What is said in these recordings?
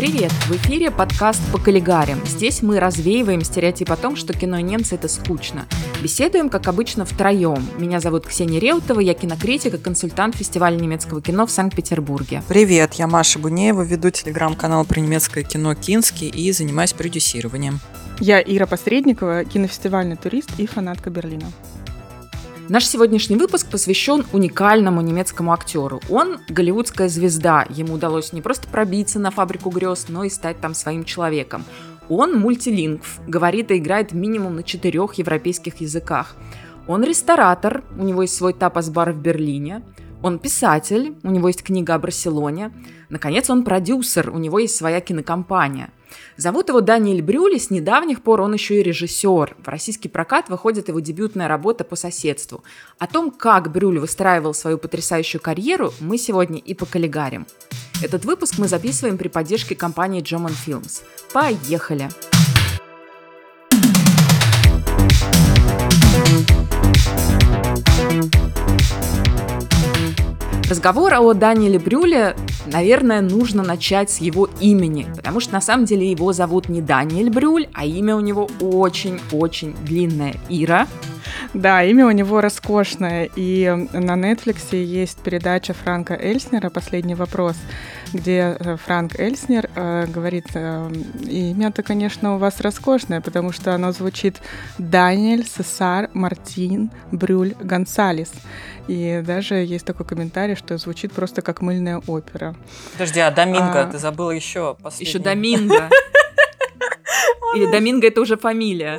Привет! В эфире подкаст «По коллегарям». Здесь мы развеиваем стереотип о том, что кино и немцы – это скучно. Беседуем, как обычно, втроем. Меня зовут Ксения Реутова, я кинокритик и консультант фестиваля немецкого кино в Санкт-Петербурге. Привет, я Маша Бунеева, веду телеграм-канал про немецкое кино «Кински» и занимаюсь продюсированием. Я Ира Посредникова, кинофестивальный турист и фанатка Берлина. Наш сегодняшний выпуск посвящен уникальному немецкому актеру. Он голливудская звезда. Ему удалось не просто пробиться на фабрику грез, но и стать там своим человеком. Он мультилингв, говорит и играет минимум на 4 европейских языках. Он ресторатор, у него есть свой тапас-бар в Берлине. Он писатель, у него есть книга о Барселоне. Наконец, он продюсер, у него есть своя кинокомпания. Зовут его Даниэль Брюль, и с недавних пор он еще и режиссер. В российский прокат выходит его дебютная работа «По соседству». О том, как Брюль выстраивал свою потрясающую карьеру, мы сегодня и поколлегарим. Этот выпуск мы записываем при поддержке компании German Films. Поехали! Разговор о Даниэле Брюле, наверное, нужно начать с его имени, потому что на самом деле его зовут не Даниэль Брюль, а имя у него очень-очень длинное. Ира? Да, имя у него роскошное, и на Netflix есть передача Франка Эльснера «Последний вопрос», где Франк Эльснер говорит: имя-то, конечно, у вас роскошное, потому что оно звучит Даниэль Сесар Мартин Брюль Гонсалес. И даже есть такой комментарий, что звучит просто как мыльная опера. Подожди, а Доминго, ты забыла еще последний? Еще Доминго. Или Доминго — это уже фамилия?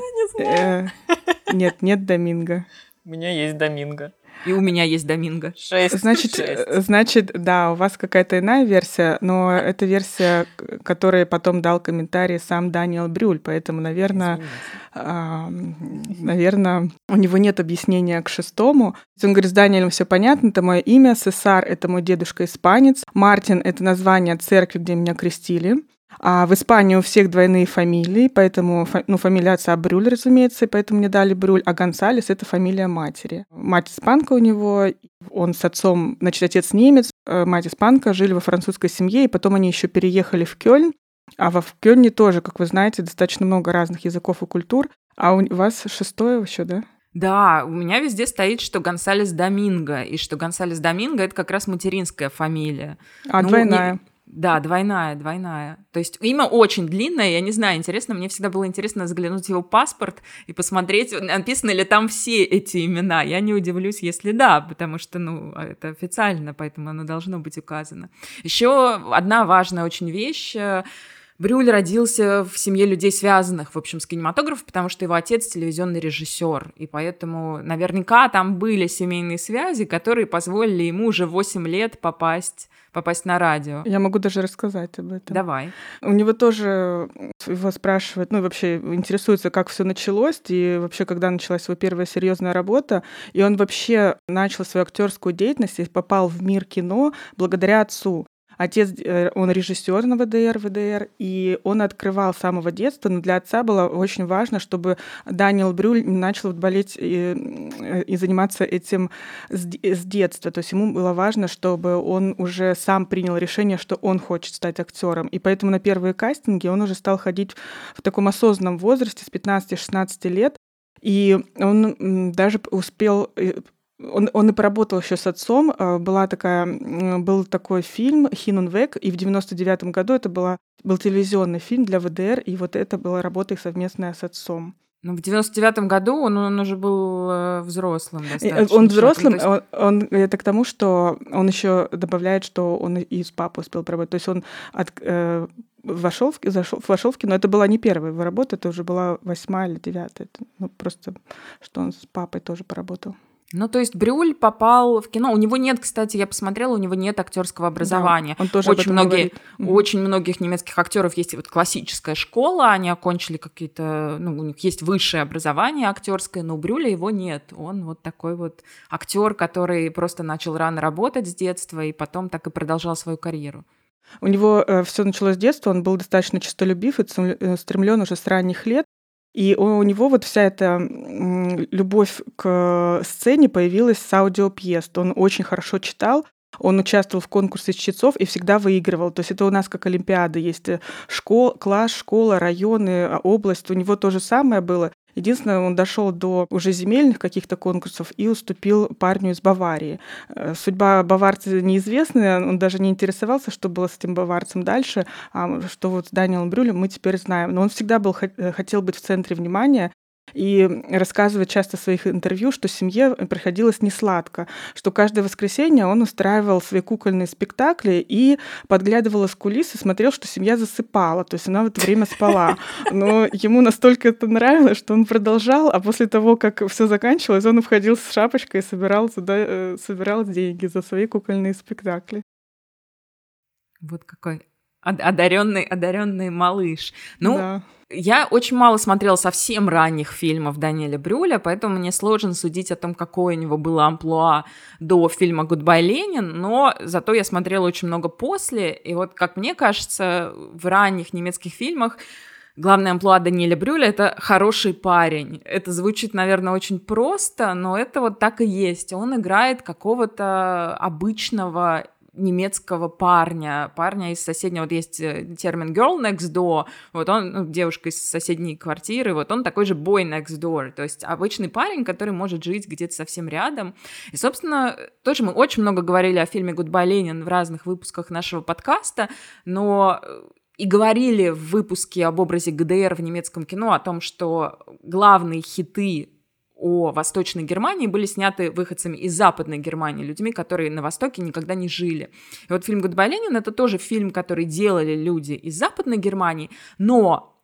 Нет Доминго. У меня есть Доминго. И у меня есть Доминго. 6. Значит, да, у вас какая-то иная версия, но это версия, которой потом дал комментарий сам Даниэль Брюль, поэтому, наверное, у него нет объяснения к 6-му. Он говорит: с Даниэлем все понятно, это мое имя, Сесар — это мой дедушка испанец, Мартин — это название церкви, где меня крестили. А в Испании у всех двойные фамилии, поэтому фамилия отца Брюль, разумеется, и поэтому мне дали Брюль, а Гонсалес — это фамилия матери. Мать испанка у него, он с отцом, значит, отец немец, мать испанка, жили во французской семье, и потом они еще переехали в Кёльн, а в Кёльне тоже, как вы знаете, достаточно много разных языков и культур. А у вас 6-е еще, да? Да, у меня везде стоит, что Гонсалес Доминго, и что Гонсалес Доминго — это как раз материнская фамилия. Двойная. Да, двойная. То есть имя очень длинное, я не знаю, интересно, мне всегда было интересно заглянуть в его паспорт и посмотреть, написаны ли там все эти имена. Я не удивлюсь, если да, потому что, это официально, поэтому оно должно быть указано. Еще одна важная очень вещь. Брюль родился в семье людей, связанных, в общем, с кинематографом, потому что его отец телевизионный режиссер, и поэтому наверняка там были семейные связи, которые позволили ему уже в 8 лет попасть на радио. Я могу даже рассказать об этом. Давай. У него тоже его спрашивают, вообще интересуется, как все началось, и вообще, когда началась его первая серьезная работа, и он вообще начал свою актерскую деятельность и попал в мир кино благодаря отцу. Отец, он режиссер на ВДР, и он открывал с самого детства, но для отца было очень важно, чтобы Даниэль Брюль начал болеть и заниматься этим с детства. То есть ему было важно, чтобы он уже сам принял решение, что он хочет стать актером. И поэтому на первые кастинги он уже стал ходить в таком осознанном возрасте, с 15-16 лет, и он даже успел... Он и поработал еще с отцом. Был такой фильм «Hin und Weg», и в 99-м году это был телевизионный фильм для ВДР, и вот это была работа их совместная с отцом. В 99-м году он уже был взрослым достаточно. Он взрослым, это к тому, что он еще добавляет, что он и с папой успел поработать. То есть он вошел в кино. Это была не первая его работа, это уже была 8-я или 9-я. Просто, что он с папой тоже поработал. То есть Брюль попал в кино. У него нет, кстати, я посмотрела, у него нет актерского образования. Да, он тоже очень многих немецких актеров есть классическая школа, они окончили какие-то, у них есть высшее образование актерское, но у Брюля его нет. Он вот такой вот актер, который просто начал рано работать с детства и потом так и продолжал свою карьеру. У него все началось с детства, он был достаточно честолюбив и стремлен уже с ранних лет. И у него вот вся эта любовь к сцене появилась с аудиопьес. Он очень хорошо читал, Он участвовал в конкурсе чтецов и всегда выигрывал. То есть это у нас как Олимпиада. Есть класс, школа, районы, область. У него то же самое было. Единственное, он дошел до уже земельных каких-то конкурсов и уступил парню из Баварии. Судьба баварца неизвестная, он даже не интересовался, что было с этим баварцем дальше, а что вот с Дэниелом Брюлем мы теперь знаем. Но он всегда хотел быть в центре внимания, и рассказывает часто в своих интервью, что семье приходилось несладко, что каждое воскресенье он устраивал свои кукольные спектакли и подглядывал из кулис и смотрел, что семья засыпала, то есть она в это время спала. Но ему настолько это нравилось, что он продолжал, а после того, как все заканчивалось, он уходил с шапочкой и собирал деньги за свои кукольные спектакли. Вот какой одаренный малыш. Ну, Да. я очень мало смотрела совсем ранних фильмов Даниэля Брюля, поэтому мне сложно судить о том, какое у него было амплуа до фильма «Гудбай, Ленин», но зато я смотрела очень много после, и вот, как мне кажется, в ранних немецких фильмах главное амплуа Даниэля Брюля — это хороший парень. Это звучит, наверное, очень просто, но это вот так и есть. Он играет какого-то обычного немецкого парня из соседнего, вот есть термин girl next door, вот он, девушка из соседней квартиры, вот он такой же boy next door, то есть обычный парень, который может жить где-то совсем рядом. И, собственно, тоже мы очень много говорили о фильме «Гудбай, Ленин» в разных выпусках нашего подкаста, но и говорили в выпуске об образе ГДР в немецком кино, о том, что главные хиты о Восточной Германии были сняты выходцами из Западной Германии, людьми, которые на Востоке никогда не жили. И вот фильм «Гудбай, Ленин» — это тоже фильм, который делали люди из Западной Германии, но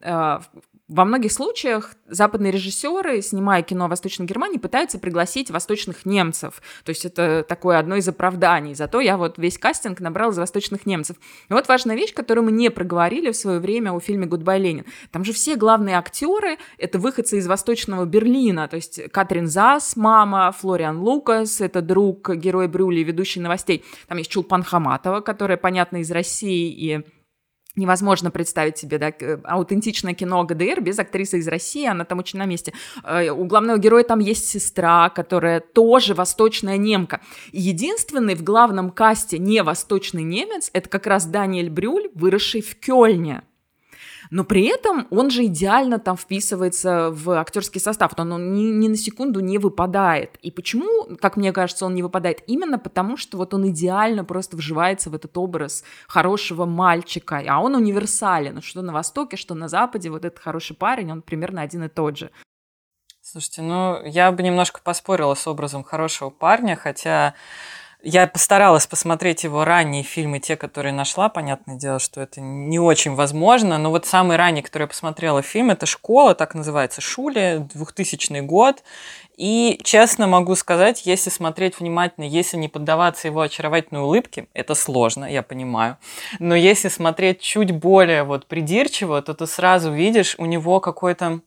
во многих случаях западные режиссеры, снимая кино о Восточной Германии, пытаются пригласить восточных немцев. То есть это такое одно из оправданий. Зато я вот весь кастинг набрала из восточных немцев. И вот важная вещь, которую мы не проговорили в свое время о фильме «Гудбай, Ленин». Там же все главные актеры — это выходцы из Восточного Берлина. То есть Катрин Заас, мама, Флориан Лукас — это друг героя Брюля, ведущий новостей. Там есть Чулпан Хаматова, которая, понятно, из России, и невозможно представить себе, да, аутентичное кино ГДР без актрисы из России, она там очень на месте. У главного героя там есть сестра, которая тоже восточная немка. И единственный в главном касте не восточный немец — это как раз Даниэль Брюль, выросший в Кёльне. Но при этом он же идеально там вписывается в актерский состав, он ни на секунду не выпадает. И почему, как мне кажется, он не выпадает? Именно потому, что вот он идеально просто вживается в этот образ хорошего мальчика, а он универсален, что на Востоке, что на Западе, вот этот хороший парень, он примерно один и тот же. Слушайте, я бы немножко поспорила с образом хорошего парня, хотя я постаралась посмотреть его ранние фильмы, те, которые нашла. Понятное дело, что это не очень возможно. Но вот самый ранний, который я посмотрела фильм, это «Школа», так называется, «Шуле», 2000 год. И честно могу сказать, если смотреть внимательно, если не поддаваться его очаровательной улыбке, это сложно, я понимаю. Но если смотреть чуть более придирчиво, то ты сразу видишь, у него какой-то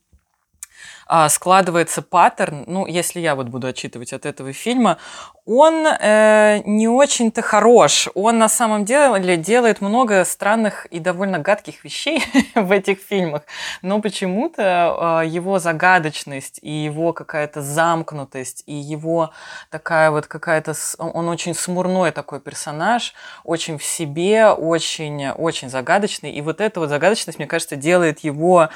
складывается паттерн, если я буду отчитывать от этого фильма, он не очень-то хорош. Он на самом деле делает много странных и довольно гадких вещей в этих фильмах, но почему-то его загадочность и его какая-то замкнутость, и его такая какая-то... Он очень смурной такой персонаж, очень в себе, очень загадочный. И эта загадочность, мне кажется, делает его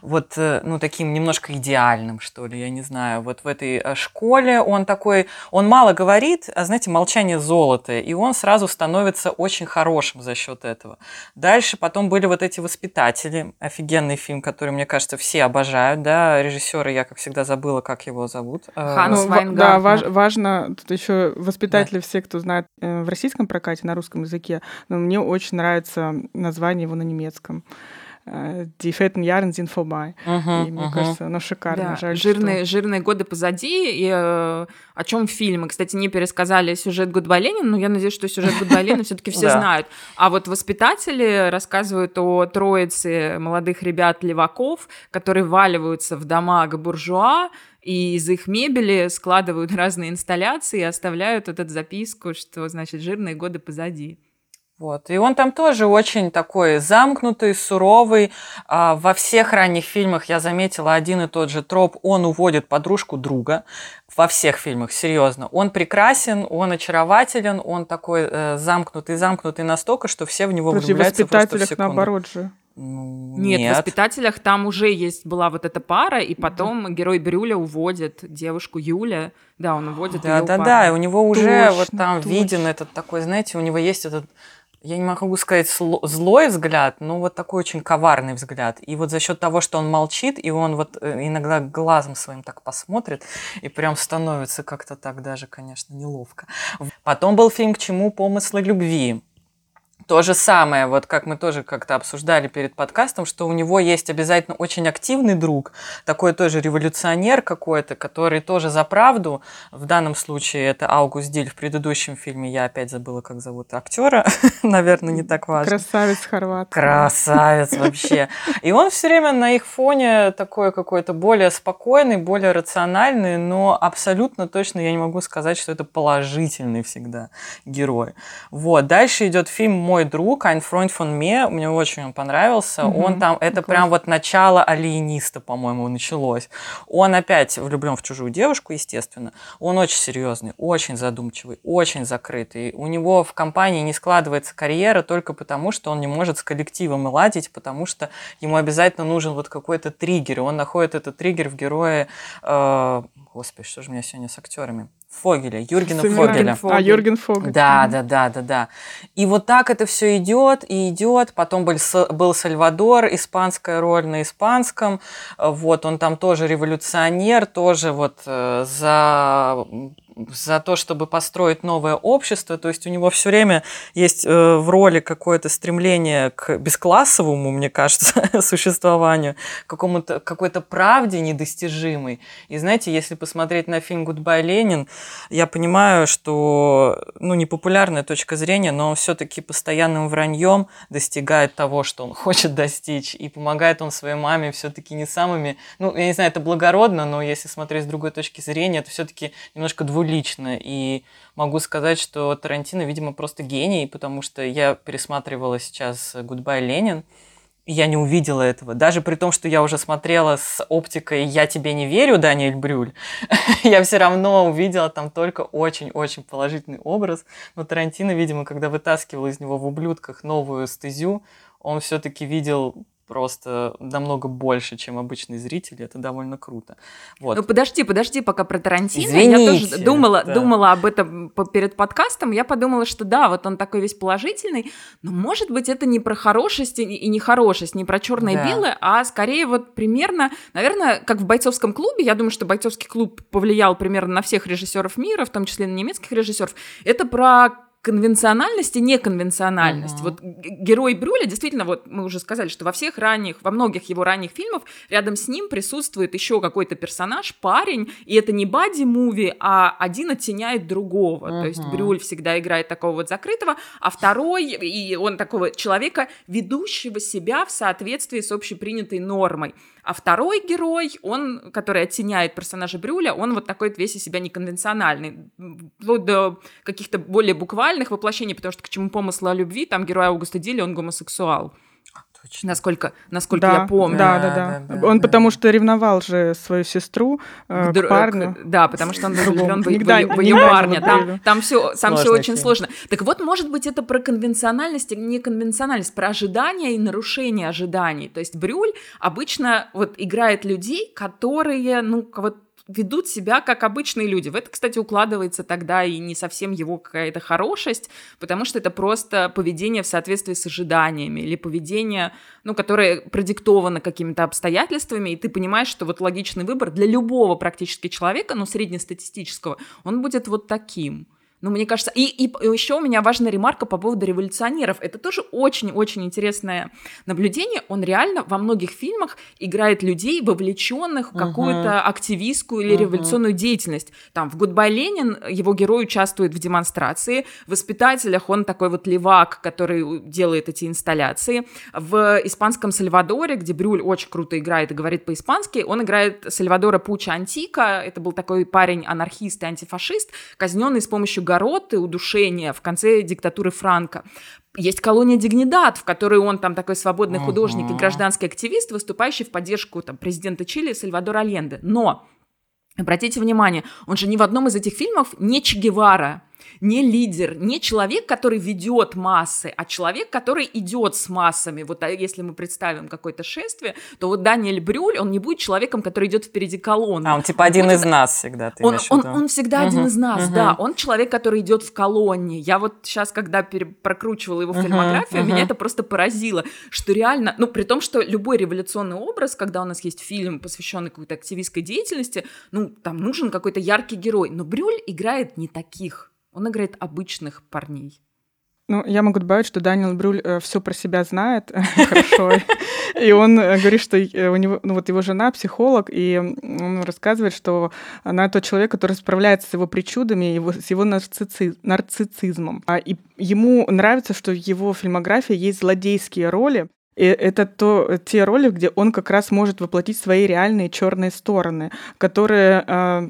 таким немножко идеальным, что ли, я не знаю. В этой школе он такой... Он мало говорит, а знаете, молчание золото, и он сразу становится очень хорошим за счет этого. Дальше потом были эти «Воспитатели», офигенный фильм, который, мне кажется, все обожают, да, режиссера я, как всегда, забыла, как его зовут. Ханс Вайнгартнер. Да, важно, тут еще «Воспитатели», все, кто знает в российском прокате, на русском языке, но мне очень нравится название его на немецком. Die fetten Jahre sind vorbei. И мне кажется, оно шикарно. Да, жаль, жирные годы позади. И о чем фильм? Мы, кстати, не пересказали сюжет «Гудбай, Ленин», но я надеюсь, что сюжет «Гудбай, Ленин» все-таки все знают. А «Воспитатели» рассказывают о троице молодых ребят-леваков, которые вваливаются в дома к буржуа, и из их мебели складывают разные инсталляции и оставляют записку, что, значит, жирные годы позади. Вот. И он там тоже очень такой замкнутый, суровый. Во всех ранних фильмах я заметила один и тот же троп. Он уводит подружку друга. Во всех фильмах, серьезно. Он прекрасен, он очарователен, он такой замкнутый настолько, что все в него влюбляются просто в секунду. Наоборот же. Нет, в «Воспитателях» там уже была вот эта пара, и потом герой Брюля уводит девушку Юля. Да, он уводит ее пару. Да, и у него уже Точно, вот там точно. виден этот такой, знаете, у него есть этот, я не могу сказать злой взгляд, но вот такой очень коварный взгляд. И вот за счет того, что он молчит, и он вот иногда глазом своим так посмотрит, и прям становится как-то так даже, конечно, неловко. Потом был фильм «К чему помыслы любви». То же самое, вот как мы тоже как-то обсуждали перед подкастом, что у него есть обязательно очень активный друг, такой тоже революционер какой-то, который тоже за правду. В данном случае это Аугуст Диль. В предыдущем фильме я опять забыла, как зовут актера, наверное, не так важно. Красавец хорват. Красавец вообще. И он все время на их фоне такой какой-то более спокойный, более рациональный, но абсолютно точно я не могу сказать, что это положительный всегда герой. Вот. Дальше идет фильм «Мой друг», «Ein Freund von mir», мне очень он понравился. Он там, это прям вот начало алиениста, по-моему, началось. Он опять влюблен в чужую девушку, естественно. Он очень серьезный, очень задумчивый, очень закрытый. У него в компании не складывается карьера только потому, что он не может с коллективом ладить, потому что ему обязательно нужен вот какой-то триггер. И он находит этот триггер в герое... Господи, что же у меня сегодня с актерами? Фогеля, Юргена Фогеля. Юрген Фогель. Да. И вот так это все идет и идет. Потом был Сальвадор, испанская роль на испанском. Вот он там тоже революционер, тоже вот за то, чтобы построить новое общество. То есть у него все время есть в роли какое-то стремление к бесклассовому, мне кажется, существованию, какой-то правде недостижимой. И знаете, если посмотреть на фильм «Гудбай, Ленин», я понимаю, что, непопулярная точка зрения, но он все-таки постоянным враньем достигает того, что он хочет достичь, и помогает он своей маме все-таки не самыми, я не знаю, это благородно, но если смотреть с другой точки зрения, это все-таки немножко двулично. И могу сказать, что Тарантино, видимо, просто гений, потому что я пересматривала сейчас «Гудбай, Ленин», и я не увидела этого. Даже при том, что я уже смотрела с оптикой «Я тебе не верю», Даниэль Брюль, я все равно увидела там только очень-очень положительный образ. Но Тарантино, видимо, когда вытаскивал из него в «Ублюдках» новую стезю, он все-таки видел просто намного больше, чем обычный зритель. Это довольно круто. Вот. Подожди, пока про Тарантино. Извините, я тоже думала об этом перед подкастом. Я подумала, что да, вот он такой весь положительный, но, может быть, это не про хорошесть и нехорошесть, не про черное и белое, а скорее вот примерно, наверное, как в «Бойцовском клубе». Я думаю, что «Бойцовский клуб» повлиял примерно на всех режиссеров мира, в том числе на немецких режиссеров. Это про конвенциональность и неконвенциональность. Вот герой Брюля, действительно, вот мы уже сказали, что во многих его ранних фильмах рядом с ним присутствует еще какой-то персонаж, парень, и это не бади-муви, а один оттеняет другого. То есть Брюль всегда играет такого вот закрытого, а второй, и он такого человека, ведущего себя в соответствии с общепринятой нормой. А второй герой, он, который оттеняет персонажа Брюля, он вот такой весь из себя неконвенциональный, вплоть до каких-то более буквальных воплощений, потому что «К чему помыслы о любви», там герой Аугуста Диля, он гомосексуал. Точно. Насколько я помню. Да. Он потому что ревновал же свою сестру к парню. Да, потому что он был влюблен в ее парня. Там все очень сложно. Так вот, может быть, это про конвенциональность и неконвенциональность, про ожидания и нарушение ожиданий. То есть Брюль обычно вот играет людей, которые, ведут себя как обычные люди. В это, кстати, укладывается тогда и не совсем его какая-то хорошесть, потому что это просто поведение в соответствии с ожиданиями или поведение, которое продиктовано какими-то обстоятельствами, и ты понимаешь, что вот логичный выбор для любого практически человека, среднестатистического, он будет вот таким. Мне кажется, и еще у меня важная ремарка по поводу революционеров. Это тоже очень-очень интересное наблюдение. Он реально во многих фильмах играет людей, вовлеченных в какую-то активистскую или революционную деятельность. Там в «Гудбай, Ленин» его герой участвует в демонстрации, в «Воспитателях» он такой вот левак, который делает эти инсталляции. В испанском «Сальвадоре», где Брюль очень круто играет и говорит по-испански, он играет Сальвадора Пуча Антика. Это был такой парень-анархист и антифашист, казненный с помощью Нижегород и удушение в конце диктатуры Франко. Есть колония Дигнидад, в которой он там такой свободный художник и гражданский активист, выступающий в поддержку там, президента Чили Сальвадора Альенде. Но, обратите внимание, он же ни в одном из этих фильмов не Че Гевара, не лидер, не человек, который ведет массы, а человек, который идет с массами. Вот если мы представим какое-то шествие, то вот Даниэль Брюль, он не будет человеком, который идет впереди колонны. Он типа один из нас всегда, ты имеешь в виду? Он всегда один из нас, да. Он человек, который идет в колонне. Я вот сейчас, когда прокручивала его фильмографию, меня это просто поразило, что реально, ну, при том, что любой революционный образ, когда у нас есть фильм, посвященный какой-то активистской деятельности, ну, там нужен какой-то яркий герой. Но Брюль играет не таких. Он играет обычных парней. Ну, я могу добавить, что Даниэль Брюль все про себя знает хорошо. И он говорит, что у него, ну, вот его жена психолог, и он рассказывает, что она тот человек, который справляется с его причудами, с его нарциссизмом. И ему нравится, что в его фильмографии есть злодейские роли. И это те роли, где он как раз может воплотить свои реальные черные стороны, которые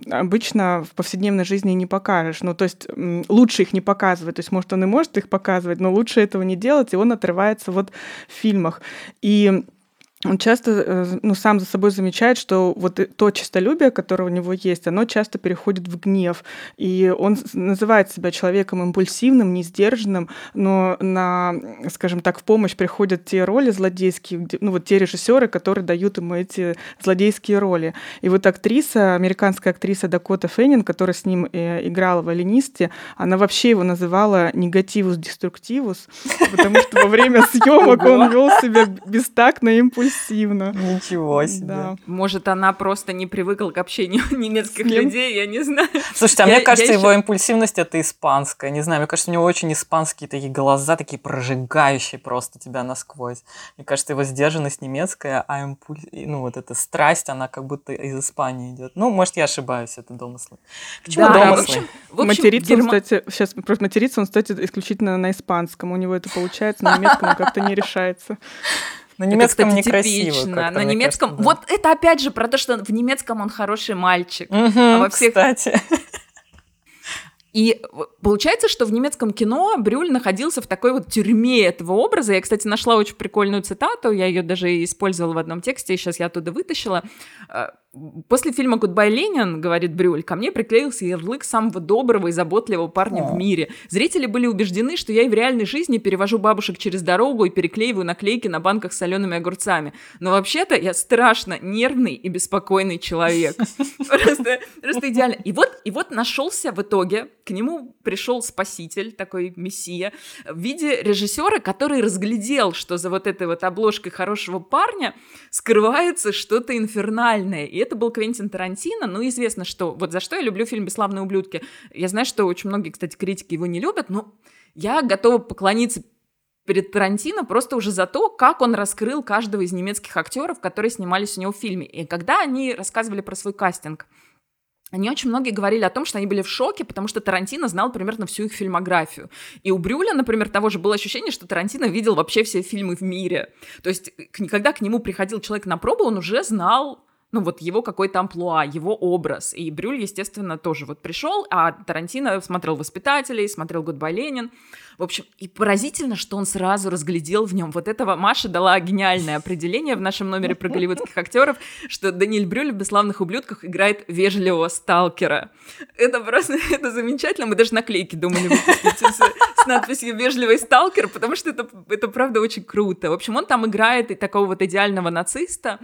обычно в повседневной жизни не покажешь. Ну, то есть лучше их не показывать. То есть, может, он и может их показывать, но лучше этого не делать, и он отрывается вот в фильмах. И он часто сам за собой замечает, что вот то честолюбие, которое у него есть, оно часто переходит в гнев. И он называет себя человеком импульсивным, несдержанным, но скажем так, в помощь приходят те роли злодейские, ну вот те режиссеры, которые дают ему эти злодейские роли. И вот американская актриса Дакота Феннинг, которая с ним играла в «Алинисте», она вообще его называла негативус деструктивус, потому что во время съемок он вел себя бестактно и импульсивно. Ничего себе. Да. Может, она просто не привыкла к общению немецких людей, я не знаю. Слушайте, мне кажется, его импульсивность — это испанская. Не знаю, мне кажется, у него очень испанские такие глаза, такие прожигающие просто тебя насквозь. Мне кажется, его сдержанность немецкая, а вот эта страсть, она как будто из Испании идет. Ну, может, я ошибаюсь, это домыслы. Почему домыслы? Материться он, кстати, исключительно на испанском. У него это получается, на немецком он как-то не решается. На немецком это, кстати, некрасиво. Типично. На немецком... Кажется, да. Вот это опять же про то, что в немецком он хороший мальчик. А во всех... Кстати. И получается, что в немецком кино Брюль находился в такой вот тюрьме этого образа. Я, кстати, нашла очень прикольную цитату, я ее даже использовала в одном тексте, и сейчас я оттуда вытащила. После фильма «Гудбай, Ленин», говорит Брюль, ко мне приклеился ярлык самого доброго и заботливого парня в мире. Зрители были убеждены, что я и в реальной жизни перевожу бабушек через дорогу и переклеиваю наклейки на банках с солеными огурцами. Но вообще-то я страшно нервный и беспокойный человек. Просто идеально. И вот нашелся в итоге, к нему пришел спаситель, такой мессия, в виде режиссера, который разглядел, что за вот этой вот обложкой хорошего парня скрывается что-то инфернальное. И это был Квентин Тарантино. Ну, известно, что... Вот за что я люблю фильм «Бесславные ублюдки». Я знаю, что очень многие, кстати, критики его не любят, но я готова поклониться перед Тарантино просто уже за то, как он раскрыл каждого из немецких актеров, которые снимались у него в фильме. И когда они рассказывали про свой кастинг, они очень многие говорили о том, что они были в шоке, потому что Тарантино знал примерно всю их фильмографию. И у Брюля, например, того же было ощущение, что Тарантино видел вообще все фильмы в мире. То есть, когда к нему приходил человек на пробу, он уже знал, ну, вот его какой-то амплуа, его образ. И Брюль, естественно, тоже вот пришел, а Тарантино смотрел «Воспитателей», смотрел «Гудбай, Ленин». В общем, и поразительно, что он сразу разглядел в нем вот этого. Маша дала гениальное определение в нашем номере про голливудских актеров, что Даниэль Брюль в «Бесславных ублюдках» играет вежливого сталкера. Это просто, это замечательно. Мы даже наклейки думали выпустить с надписью «Вежливый сталкер», потому что это правда очень круто. В общем, он там играет и такого вот идеального нациста,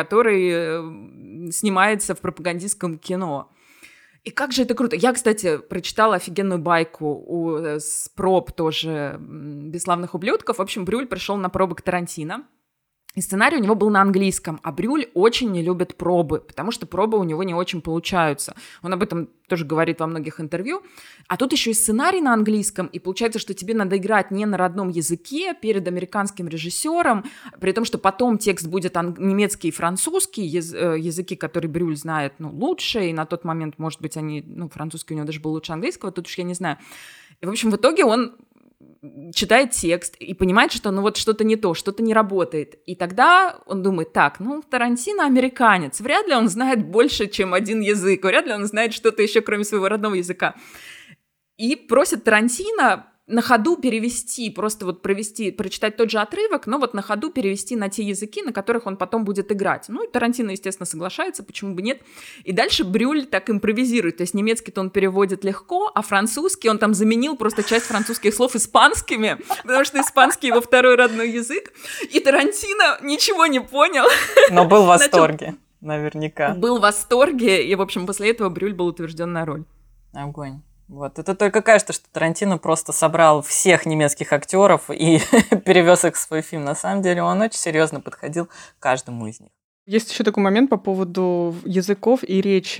который снимается в пропагандистском кино. И как же это круто. Я, кстати, прочитала офигенную байку с проб тоже «Бесславных ублюдков». В общем, Брюль пришел на пробы к Тарантино. И сценарий у него был на английском, а Брюль очень не любит пробы, потому что пробы у него не очень получаются. Он об этом тоже говорит во многих интервью. А тут еще и сценарий на английском, и получается, что тебе надо играть не на родном языке перед американским режиссером, при том, что потом текст будет немецкий и французский, языки, которые Брюль знает лучше, и на тот момент, может быть, французский у него даже был лучше английского, тут уж я не знаю. И, в общем, в итоге он читает текст и понимает, что вот что-то не то, что-то не работает. И тогда он думает, Тарантино американец, вряд ли он знает больше, чем один язык, вряд ли он знает что-то еще, кроме своего родного языка. и просит Тарантино на ходу перевести, просто вот прочитать тот же отрывок, но вот на ходу перевести на те языки, на которых он потом будет играть. Ну, и Тарантино, естественно, соглашается, почему бы нет. И дальше Брюль так импровизирует, то есть немецкий-то он переводит легко, а французский он там заменил просто часть французских слов испанскими, потому что испанский его второй родной язык, и Тарантино ничего не понял. Но был в восторге, наверняка. Был в восторге, и, в общем, после этого Брюль был утвержден на роль. Огонь. Вот. Это только кажется, что Тарантино просто собрал всех немецких актеров и перевез их в свой фильм. На самом деле он очень серьезно подходил к каждому из них. Есть еще такой момент по поводу языков и речи.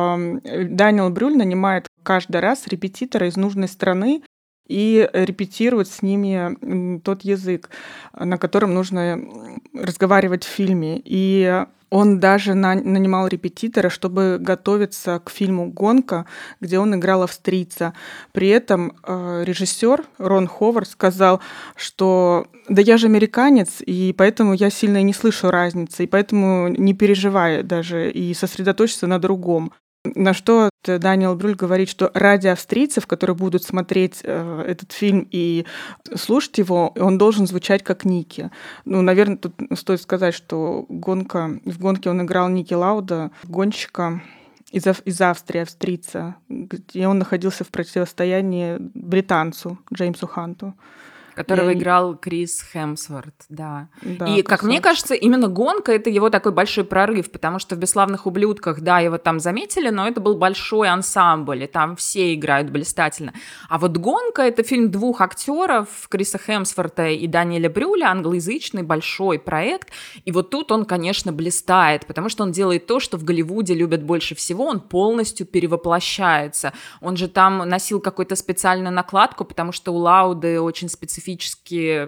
Даниэл Брюль нанимает каждый раз репетитора из нужной страны и репетирует с ними тот язык, на котором нужно разговаривать в фильме. И он даже нанимал репетитора, чтобы готовиться к фильму «Гонка», где он играл австрийца. При этом режиссер Рон Ховард сказал, что «да я же американец, и поэтому я сильно не слышу разницы, и поэтому не переживай даже и сосредоточься на другом». На что Даниэл Брюль говорит, что ради австрийцев, которые будут смотреть этот фильм и слушать его, он должен звучать как Ники. Ну, наверное, тут стоит сказать, что в «Гонке» он играл Ники Лауда, гонщика из Австрии, австрийца, где он находился в противостоянии британцу Джеймсу Ханту. Которого играл Крис Хемсворт, да. И, как красавчик. мне кажется, именно «Гонка» — это его такой большой прорыв, потому что в «Бесславных ублюдках», да, его там заметили, но это был большой ансамбль, и там все играют блистательно. А вот «Гонка» — это фильм двух актеров, Криса Хемсворта и Даниэля Брюля, англоязычный большой проект, и вот тут он, конечно, блистает, потому что он делает то, что в Голливуде любят больше всего, он полностью перевоплощается. Он же там носил какую-то специальную накладку, потому что у Лауды очень специфическое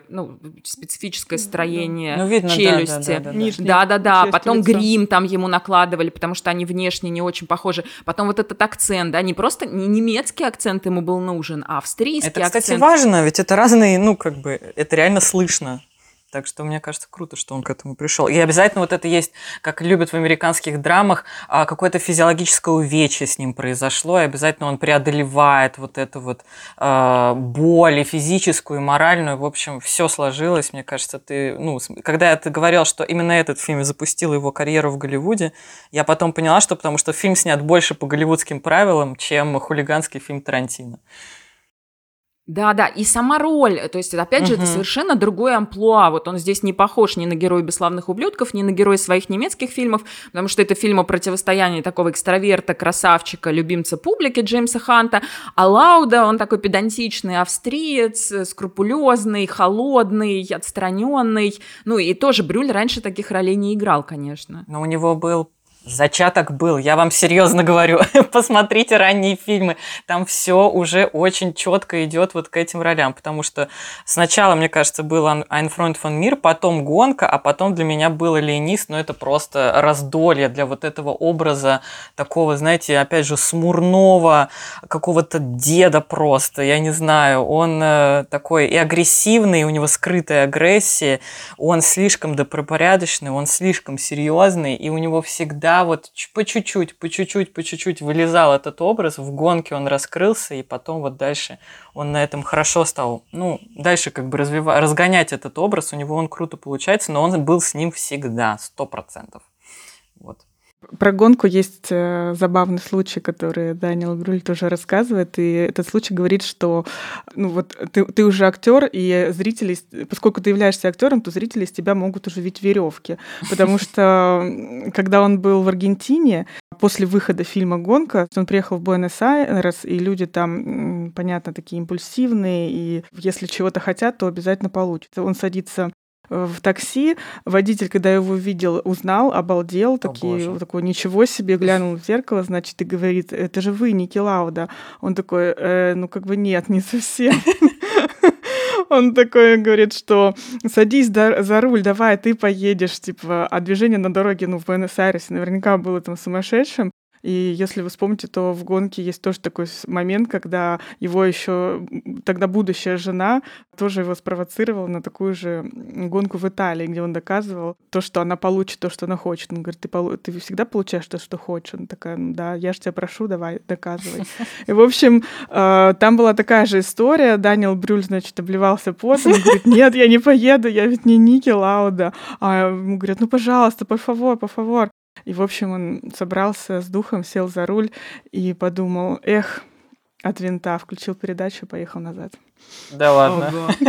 строение видно, челюсти. Да. Потом грим там ему накладывали, потому что они внешне не очень похожи. Потом вот этот акцент, да, не просто не немецкий акцент ему был нужен, а австрийский акцент. Это, кстати, важно, ведь это разные, это реально слышно. Так что, мне кажется, круто, что он к этому пришел. И обязательно вот это есть, как любят в американских драмах, какое-то физиологическое увечье с ним произошло, и обязательно он преодолевает вот эту вот боль и физическую, и моральную. В общем, все сложилось. Мне кажется, когда ты говорил, что именно этот фильм запустил его карьеру в Голливуде, я потом поняла, что потому что фильм снят больше по голливудским правилам, чем хулиганский фильм Тарантино. Да, и сама роль, то есть, опять же, это совершенно другой амплуа. Вот он здесь не похож ни на героя «Бесславных ублюдков», ни на героя своих немецких фильмов, потому что это фильм о противостоянии такого экстраверта, красавчика, любимца публики Джеймса Ханта, а Лауда, он такой педантичный австриец, скрупулезный, холодный, отстраненный. Ну, и тоже Брюль раньше таких ролей не играл, конечно. Но у него был зачаток был, я вам серьезно говорю, посмотрите ранние фильмы, там все уже очень четко идет вот к этим ролям, потому что сначала, мне кажется, был Ein Freund von mir, потом «Гонка», а потом для меня был «Алиенист», но это просто раздолье для вот этого образа такого, знаете, опять же, смурного какого-то деда просто, я не знаю, он такой и агрессивный, у него скрытая агрессия, он слишком добропорядочный, он слишком серьезный, и у него всегда вот по чуть-чуть вылезал этот образ, в «Гонке» он раскрылся, и потом вот дальше он на этом хорошо стал, дальше как бы разгонять этот образ, у него он круто получается, но он был с ним всегда, 100%. Вот. Про «Гонку» есть забавный случай, который Даниэл Брюль тоже рассказывает, и этот случай говорит, что ты уже актер, и зрители, поскольку ты являешься актером, то зрители из тебя могут уже видеть веревки, потому что когда он был в Аргентине, после выхода фильма «Гонка», он приехал в Буэнос-Айрес, и люди там, понятно, такие импульсивные, и если чего-то хотят, то обязательно получат. Он садится в такси, водитель, когда его увидел, узнал, обалдел, такой, ничего себе, глянул в зеркало, значит, и говорит, это же вы, Ники Лауда. Он такой, нет, не совсем. Он такой говорит, что садись за руль, давай, ты поедешь, а движение на дороге, в Буэнос-Айресе наверняка было там сумасшедшим. И если вы вспомните, то в «Гонке» есть тоже такой момент, когда его еще тогда будущая жена тоже его спровоцировала на такую же гонку в Италии, где он доказывал то, что она получит то, что она хочет. Он говорит, ты всегда получаешь то, что хочешь? Она такая, ну да, я же тебя прошу, давай, доказывай. И, в общем, там была такая же история. Даниэл Брюль, значит, обливался потом. Он говорит, нет, я не поеду, я ведь не Ники Лауда. А ему говорят, ну, пожалуйста, por favor, por favor. И, в общем, он собрался с духом, сел за руль и подумал, от винта, включил передачу и поехал назад. Да ладно.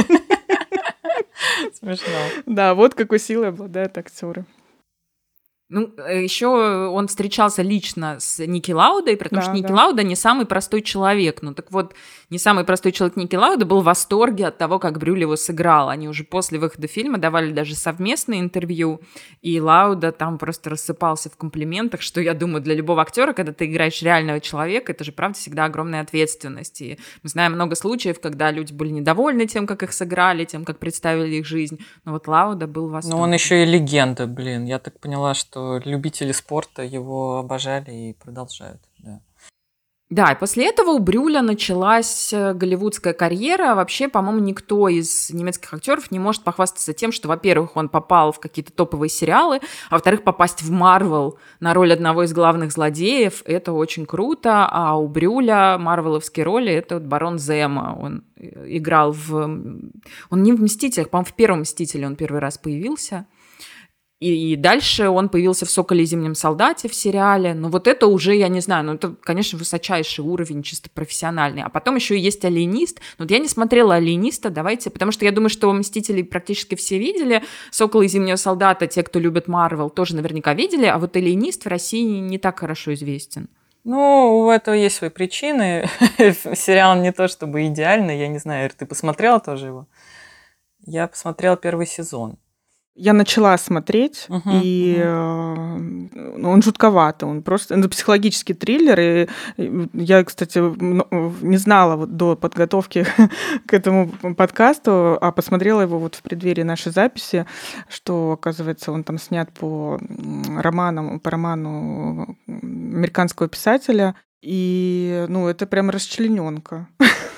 Смешно. Да, вот какой силой обладают актеры. Ну, еще он встречался лично с Ники Лаудой, потому что Ники Лауда не самый простой человек. Ну так вот, не самый простой человек Ники Лауда был в восторге от того, как Брюль его сыграл. Они уже после выхода фильма давали даже совместное интервью, и Лауда там просто рассыпался в комплиментах, что, я думаю, для любого актера, когда ты играешь реального человека, это же, правда, всегда огромная ответственность. И мы знаем много случаев, когда люди были недовольны тем, как их сыграли, тем, как представили их жизнь. Но вот Лауда был в восторге. Ну, он еще и легенда, блин. Я так поняла, что любители спорта его обожали и продолжают. Да, и после этого у Брюля началась голливудская карьера. Вообще, по-моему, никто из немецких актеров не может похвастаться тем, что, во-первых, он попал в какие-то топовые сериалы, а во-вторых, попасть в Марвел на роль одного из главных злодеев — это очень круто. А у Брюля марвеловские роли — это вот Барон Зема. Он играл Он не в «Мстителях», по-моему, в первом «Мстителе» он первый раз появился. И дальше он появился в «Соколе и Зимнем солдате» в сериале. Но вот это уже, я не знаю, это, конечно, высочайший уровень, чисто профессиональный. А потом еще и есть «Алиенист». Но вот я не смотрела «Алиениста», давайте, потому что я думаю, что «Мстители» практически все видели. «Сокола и Зимнего солдата», те, кто любит Марвел, тоже наверняка видели. А вот «Алиенист» в России не так хорошо известен. Ну, у этого есть свои причины. Сериал не то чтобы идеальный, я не знаю, ты посмотрела тоже его? Я посмотрела первый сезон. Я начала смотреть, и он жутковатый, он просто это психологический триллер. И я, кстати, не знала вот до подготовки к этому подкасту, а посмотрела его вот в преддверии нашей записи, что, оказывается, он там снят по роману американского писателя. И, ну, это прям расчленёнка.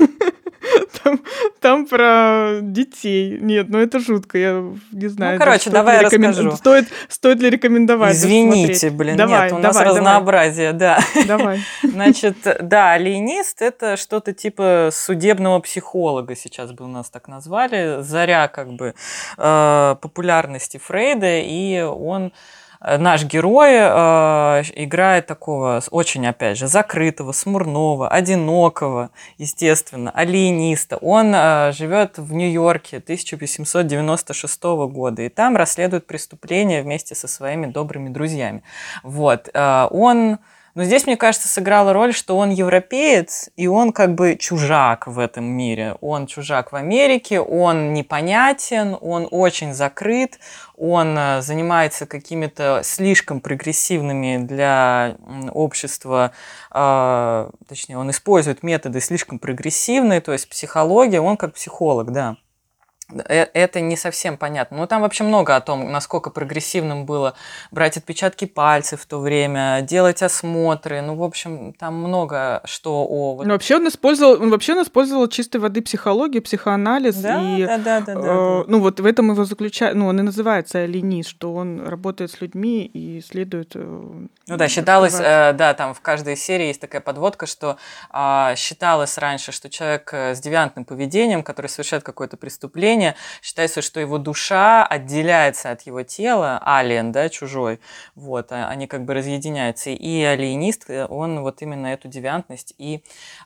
Там про детей. Нет, ну это жутко, я не знаю. Ну, короче, давай я расскажу. Стоит ли рекомендовать? Извините, блин, нет, у нас разнообразие, да. Давай. Значит, да, алиенист — это что-то типа судебного психолога, сейчас бы у нас так назвали, заря как бы популярности Фрейда, и он... Наш герой играет такого очень, опять же, закрытого, смурного, одинокого, естественно, алиениста. Он живет в Нью-Йорке 1896 года, и там расследует преступления вместе со своими добрыми друзьями. Вот. Но здесь, мне кажется, сыграла роль, что он европеец, и он как бы чужак в этом мире. Он чужак в Америке, он непонятен, он очень закрыт, он занимается какими-то слишком прогрессивными для общества, точнее, он использует методы слишком прогрессивные, то есть психология, он как психолог, да. Это не совсем понятно. Но там вообще много о том, насколько прогрессивным было брать отпечатки пальцев в то время, делать осмотры. Ну, в общем, там много что о... Ну, вообще он использовал чистой воды психологию, психоанализ. Да, и, да. Ну, вот в этом его заключает... Ну, он и называется алиенист, что он работает с людьми и исследует... Ну да, считалось, да, там в каждой серии есть такая подводка, что считалось раньше, что человек с девиантным поведением, который совершает какое-то преступление, считается, что его душа отделяется от его тела, алиен, да, чужой, вот, они как бы разъединяются. И алиенист, он вот именно эту девиантность и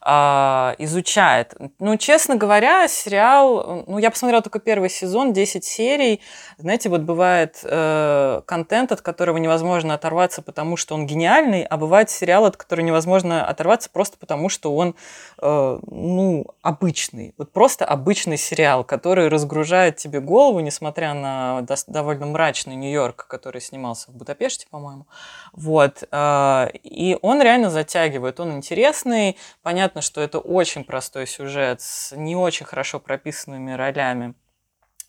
изучает. Ну, честно говоря, сериал, ну, я посмотрела только первый сезон, 10 серий. Знаете, вот бывает контент, от которого невозможно оторваться, потому что он гениальный, а бывает сериал, от которого невозможно оторваться просто потому, что он, ну, обычный. Вот просто обычный сериал, который разгружает тебе голову, несмотря на довольно мрачный Нью-Йорк, который снимался в Будапеште, по-моему. Вот. И он реально затягивает, он интересный. Понятно, что это очень простой сюжет с не очень хорошо прописанными ролями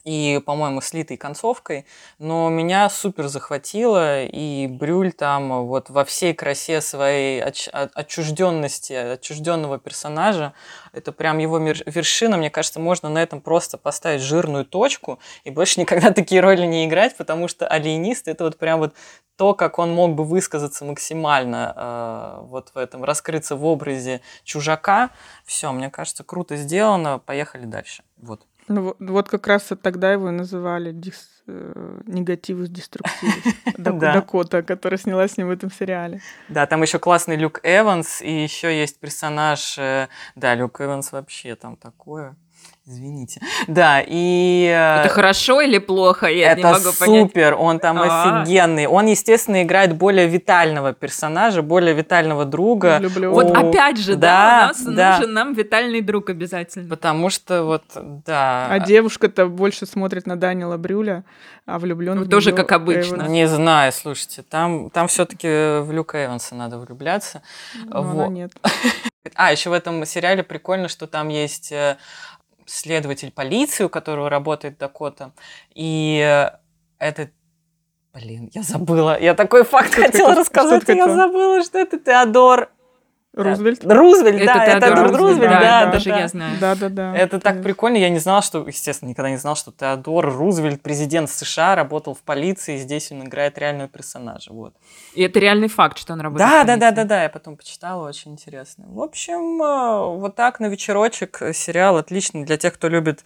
и, по-моему, слитой концовкой, но меня супер захватило, и Брюль там вот во всей красе своей отчужденности, отчужденного персонажа, это прям его вершина, мне кажется, можно на этом просто поставить жирную точку и больше никогда такие роли не играть, потому что «Алиенист» — это вот прям вот то, как он мог бы высказаться максимально вот в этом, раскрыться в образе чужака. Все, мне кажется, круто сделано, поехали дальше. Вот. Ну, вот как раз тогда его называли негативус деструктивус. Дакота, которая снялась с ним в этом сериале. Да, там еще классный Люк Эванс, и еще есть персонаж... Да, Люк Эванс вообще там такое... Извините. Да, и... Это хорошо или плохо? Я не могу понять. Это супер, он там офигенный. Он, естественно, играет более витального персонажа, более витального друга. Вот опять же, да, у нас нужен нам витальный друг обязательно. Потому что вот, да. А девушка-то больше смотрит на Даниэла Брюля, а влюблён в тоже неё как обычно. Эванс. Не знаю, слушайте, там все-таки в Люка Эванса надо влюбляться. Но нет. Еще в этом сериале прикольно, что там есть... следователь полиции, у которого работает Дакота, и этот... Блин, я забыла. Я такой факт хотела рассказать, и я забыла, что это Теодор... Рузвельт? Рузвельт, да, это Теодор Рузвельт, да, да. даже я знаю. Да. Это так прикольно, я не знала, что, естественно, никогда не знала, что Теодор Рузвельт, президент США, работал в полиции, и здесь он играет реального персонажа, вот. И это реальный факт, что он работает в полиции. Да, я потом почитала, очень интересно. В общем, вот так на вечерочек сериал отличный для тех, кто любит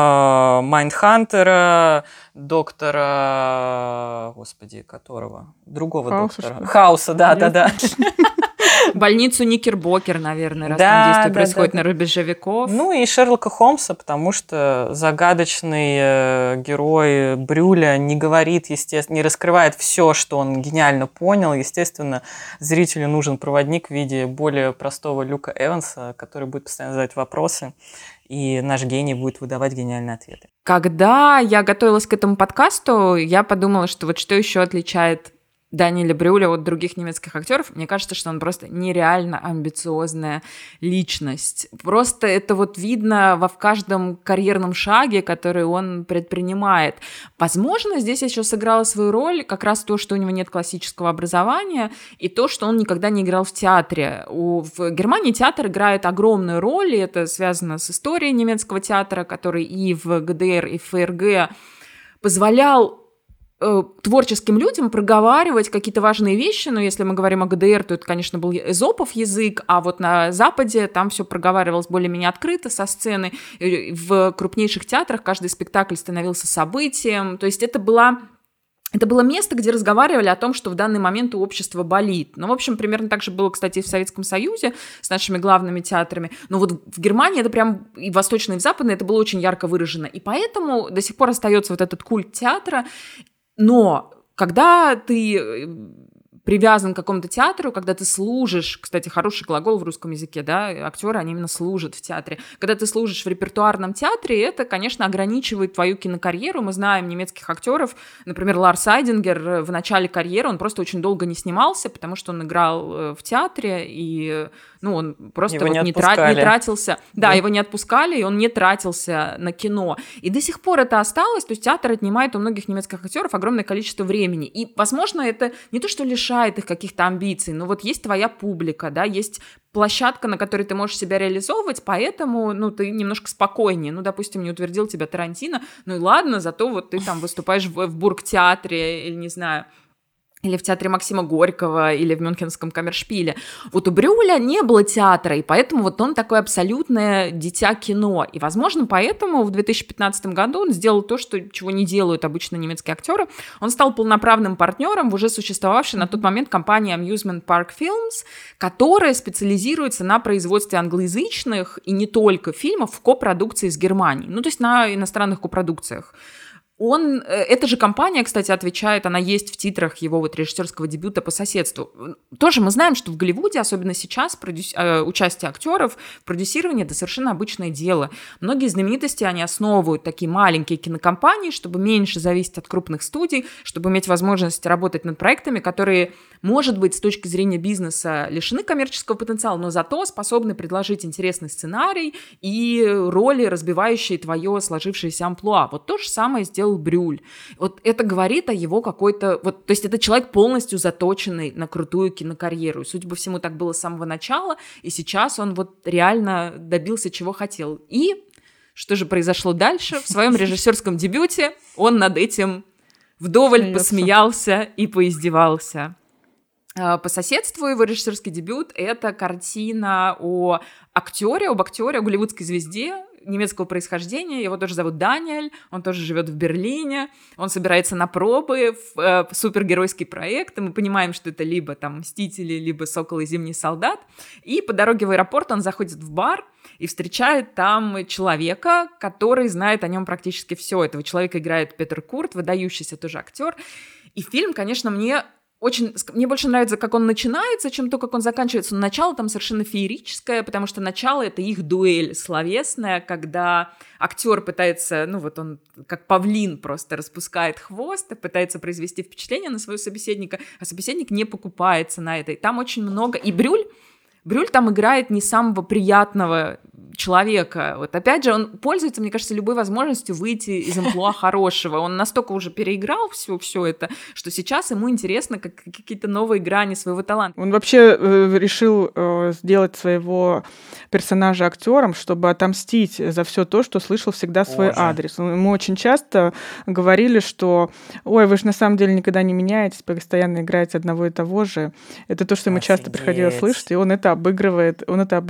Майндхантера, доктора, господи, которого? Другого доктора. Хауса, да. Больницу Никербокер, наверное, раз там действие происходит на рубеже веков. Ну и Шерлока Холмса, потому что загадочный герой Брюля не говорит, естественно, не раскрывает все, что он гениально понял. Естественно, зрителю нужен проводник в виде более простого Люка Эванса, который будет постоянно задавать вопросы, и наш гений будет выдавать гениальные ответы. Когда я готовилась к этому подкасту, я подумала, что вот что еще отличает Даниэля Брюля от других немецких актеров, мне кажется, что он просто нереально амбициозная личность. Просто это вот видно в каждом карьерном шаге, который он предпринимает. Возможно, здесь еще сыграло свою роль как раз то, что у него нет классического образования, и то, что он никогда не играл в театре. В Германии театр играет огромную роль, и это связано с историей немецкого театра, который и в ГДР, и в ФРГ позволял творческим людям проговаривать какие-то важные вещи, но если мы говорим о ГДР, то это, конечно, был эзопов язык, а вот на Западе там все проговаривалось более-менее открыто со сцены, в крупнейших театрах каждый спектакль становился событием, то есть это было место, где разговаривали о том, что в данный момент у общества болит. Ну, в общем, примерно так же было, кстати, и в Советском Союзе с нашими главными театрами. Но вот в Германии это прям и восточно, и в западной это было очень ярко выражено. И поэтому до сих пор остается вот этот культ театра. Но когда ты привязан к какому-то театру, когда ты служишь, кстати, хороший глагол в русском языке, да, актеры, они именно служат в театре. Когда ты служишь в репертуарном театре, это, конечно, ограничивает твою кинокарьеру. Мы знаем немецких актеров, например, Ларс Айдингер в начале карьеры, он просто очень долго не снимался, потому что он играл в театре, и он просто его вот не тратился. Да, его не отпускали, и он не тратился на кино. И до сих пор это осталось, то есть театр отнимает у многих немецких актеров огромное количество времени. И, возможно, это не то, что лишает их каких-то амбиций, но вот есть твоя публика, да, есть площадка, на которой ты можешь себя реализовывать, поэтому, ты немножко спокойнее. Допустим, не утвердил тебя Тарантино, и ладно, зато вот ты там выступаешь в Бургтеатре, или, не знаю, или в театре Максима Горького, или в Мюнхенском камершпиле. Вот у Брюля не было театра, и поэтому вот он такое абсолютное дитя кино. И, возможно, поэтому в 2015 году он сделал то, чего не делают обычно немецкие актеры. Он стал полноправным партнером в уже существовавшей на тот момент компании Amusement Park Films, которая специализируется на производстве англоязычных и не только фильмов в копродукции с Германией. То есть на иностранных копродукциях. Эта же компания, кстати, отвечает, она есть в титрах его вот режиссерского дебюта «По соседству». Тоже мы знаем, что в Голливуде, особенно сейчас, участие актеров в продюсировании — это совершенно обычное дело. Многие знаменитости, они основывают такие маленькие кинокомпании, чтобы меньше зависеть от крупных студий, чтобы иметь возможность работать над проектами, которые, может быть, с точки зрения бизнеса лишены коммерческого потенциала, но зато способны предложить интересный сценарий и роли, разбивающие твое сложившееся амплуа. Вот то же самое сделал Брюль. Вот это говорит о его какой-то... То есть это человек, полностью заточенный на крутую кинокарьеру. И, судя по всему, так было с самого начала, и сейчас он вот реально добился, чего хотел. И что же произошло дальше? В своем режиссерском дебюте он над этим вдоволь посмеялся и поиздевался. «По соседству» его режиссерский дебют — это картина об актере, о голливудской звезде немецкого происхождения. Его тоже зовут Даниэль, он тоже живет в Берлине, он собирается на пробы в супергеройский проект, и мы понимаем, что это либо там «Мстители», либо «Сокол и Зимний солдат». И по дороге в аэропорт он заходит в бар и встречает там человека, который знает о нем практически все. Этого человека играет Петер Курт, выдающийся тоже актер. И фильм, конечно, мне больше нравится, как он начинается, чем то, как он заканчивается. Но начало там совершенно феерическое, потому что начало — это их дуэль словесная, когда актер пытается, он как павлин просто распускает хвост и пытается произвести впечатление на своего собеседника, а собеседник не покупается на это. И там очень много... И Брюль там играет не самого приятного человека. Вот опять же, он пользуется, мне кажется, любой возможностью выйти из амплуа хорошего. Он настолько уже переиграл все это, что сейчас ему интересно какие-то новые грани своего таланта. Он вообще решил сделать своего персонажа актером, чтобы отомстить за все то, что слышал всегда в свой адрес. Ему очень часто говорили, что «Ой, вы же на самом деле никогда не меняетесь, постоянно играете одного и того же». Это то, что ему часто приходилось слышать, и он это обыгрывает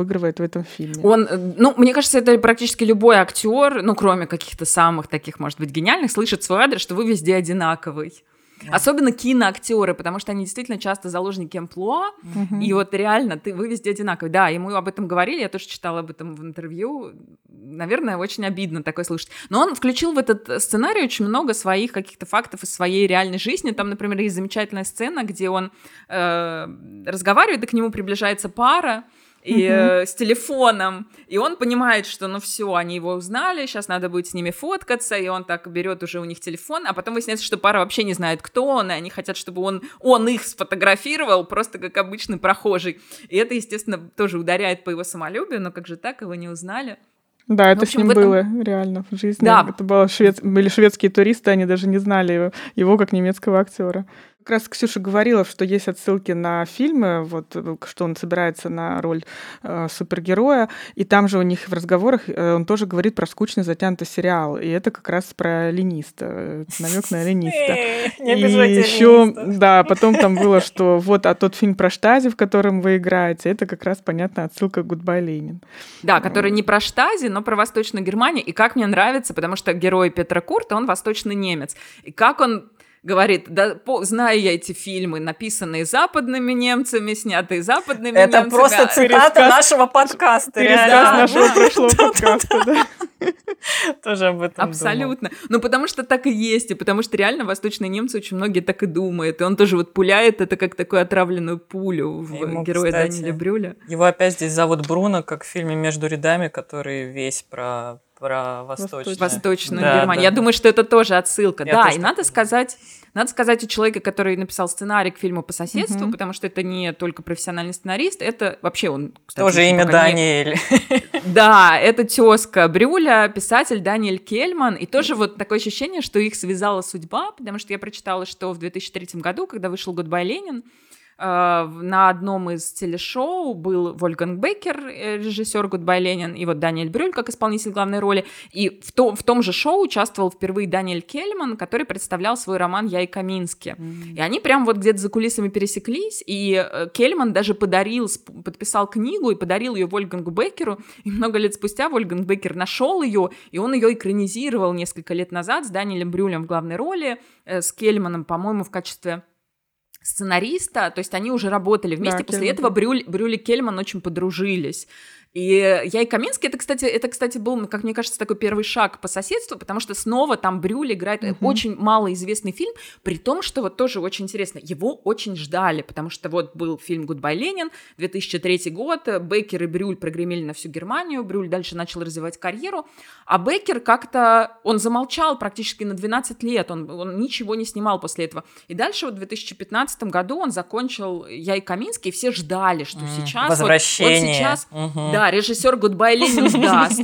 в этом фильме. Мне кажется, это практически любой актер, кроме каких-то самых таких, может быть, гениальных, слышит свой адрес, что вы везде одинаковый. Да. Особенно киноактеры, потому что они действительно часто заложники амплуа, и вот реально вы везде одинаковый. Да, ему об этом говорили, я тоже читала об этом в интервью. Наверное, очень обидно такое слышать. Но он включил в этот сценарий очень много своих каких-то фактов из своей реальной жизни. Там, например, есть замечательная сцена, где он разговаривает, и к нему приближается пара, и с телефоном, и он понимает, что все, они его узнали, сейчас надо будет с ними фоткаться, и он так берет уже у них телефон, а потом выясняется, что пара вообще не знает, кто он, и они хотят, чтобы он их сфотографировал, просто как обычный прохожий. И это, естественно, тоже ударяет по его самолюбию, но как же так, его не узнали? Да, это с ним было реально в жизни. Да. Это были шведские туристы, они даже не знали его как немецкого актера. Как раз Ксюша говорила, что есть отсылки на фильмы, что он собирается на роль супергероя, и там же у них в разговорах он тоже говорит про скучный затянутый сериал, и это как раз про лениста, намек на лениста. И еще, да, потом там было, что тот фильм про Штази, в котором вы играете, это как раз, понятно, отсылка к «Гудбай, Ленин». Да, который не про Штази, но про Восточную Германию, и как мне нравится, потому что герой Петра Курта, он восточный немец, и как он говорит, знаю я эти фильмы, написанные западными немцами, снятые западными немцами. Это просто цитата нашего подкаста. Пересказ нашего прошлого подкаста, да. Тоже об этом абсолютно. Потому что так и есть, и потому что реально восточные немцы очень многие так и думают, и он тоже пуляет это как такую отравленную пулю в героя Даниэля Брюля. Его опять здесь зовут Бруно, как в фильме «Между рядами», который весь про Восточную Германию. Да. Я думаю, что это тоже отсылка. И надо сказать у человека, который написал сценарий к фильму «По соседству», потому что это не только профессиональный сценарист, это вообще он, кстати, тоже имя Даниэль. Да, это тезка Брюля, писатель Даниэль Кельман, и тоже такое ощущение, что их связала судьба, потому что я прочитала, что в 2003 году, когда вышел «Гудбай, Ленин», на одном из телешоу был Вольфганг Беккер, режиссер «Гудбай, Ленин», и Даниэль Брюль как исполнитель главной роли. И в том же шоу участвовал впервые Даниэль Кельман, который представлял свой роман «Я и Камински». И они прям где-то за кулисами пересеклись, и Кельман даже подписал книгу и подарил ее Вольфгангу Беккеру. И много лет спустя Вольфганг Беккер нашел ее, и он ее экранизировал несколько лет назад с Даниэлем Брюлем в главной роли, с Кельманом, по-моему, в качестве сценариста, то есть они уже работали вместе. После этого Брюль и Кельман очень подружились. И «Я и Каминский» это, кстати, был, как мне кажется, такой первый шаг по соседству, потому что снова там Брюль играет очень малоизвестный фильм, при том, что вот тоже очень интересно, его очень ждали, потому что вот был фильм «Гудбай, Ленин», 2003 год, Беккер и Брюль прогремели на всю Германию, Брюль дальше начал развивать карьеру, а Беккер как-то, он замолчал практически на 12 лет, он ничего не снимал после этого. И дальше вот в 2015 году он закончил «Я и Каминский», и все ждали, что сейчас... Возвращение. Вот сейчас, да, режиссер «Гудбай, Ленин» сдаст.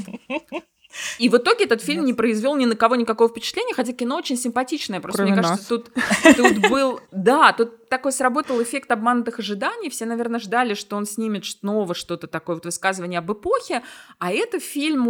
И в итоге этот фильм не произвел ни на кого никакого впечатления, хотя кино очень симпатичное. Просто кроме мне кажется, тут был... Да, тут такой сработал эффект обманутых ожиданий. Все, наверное, ждали, что он снимет снова что-то такое, вот высказывание об эпохе. А это фильм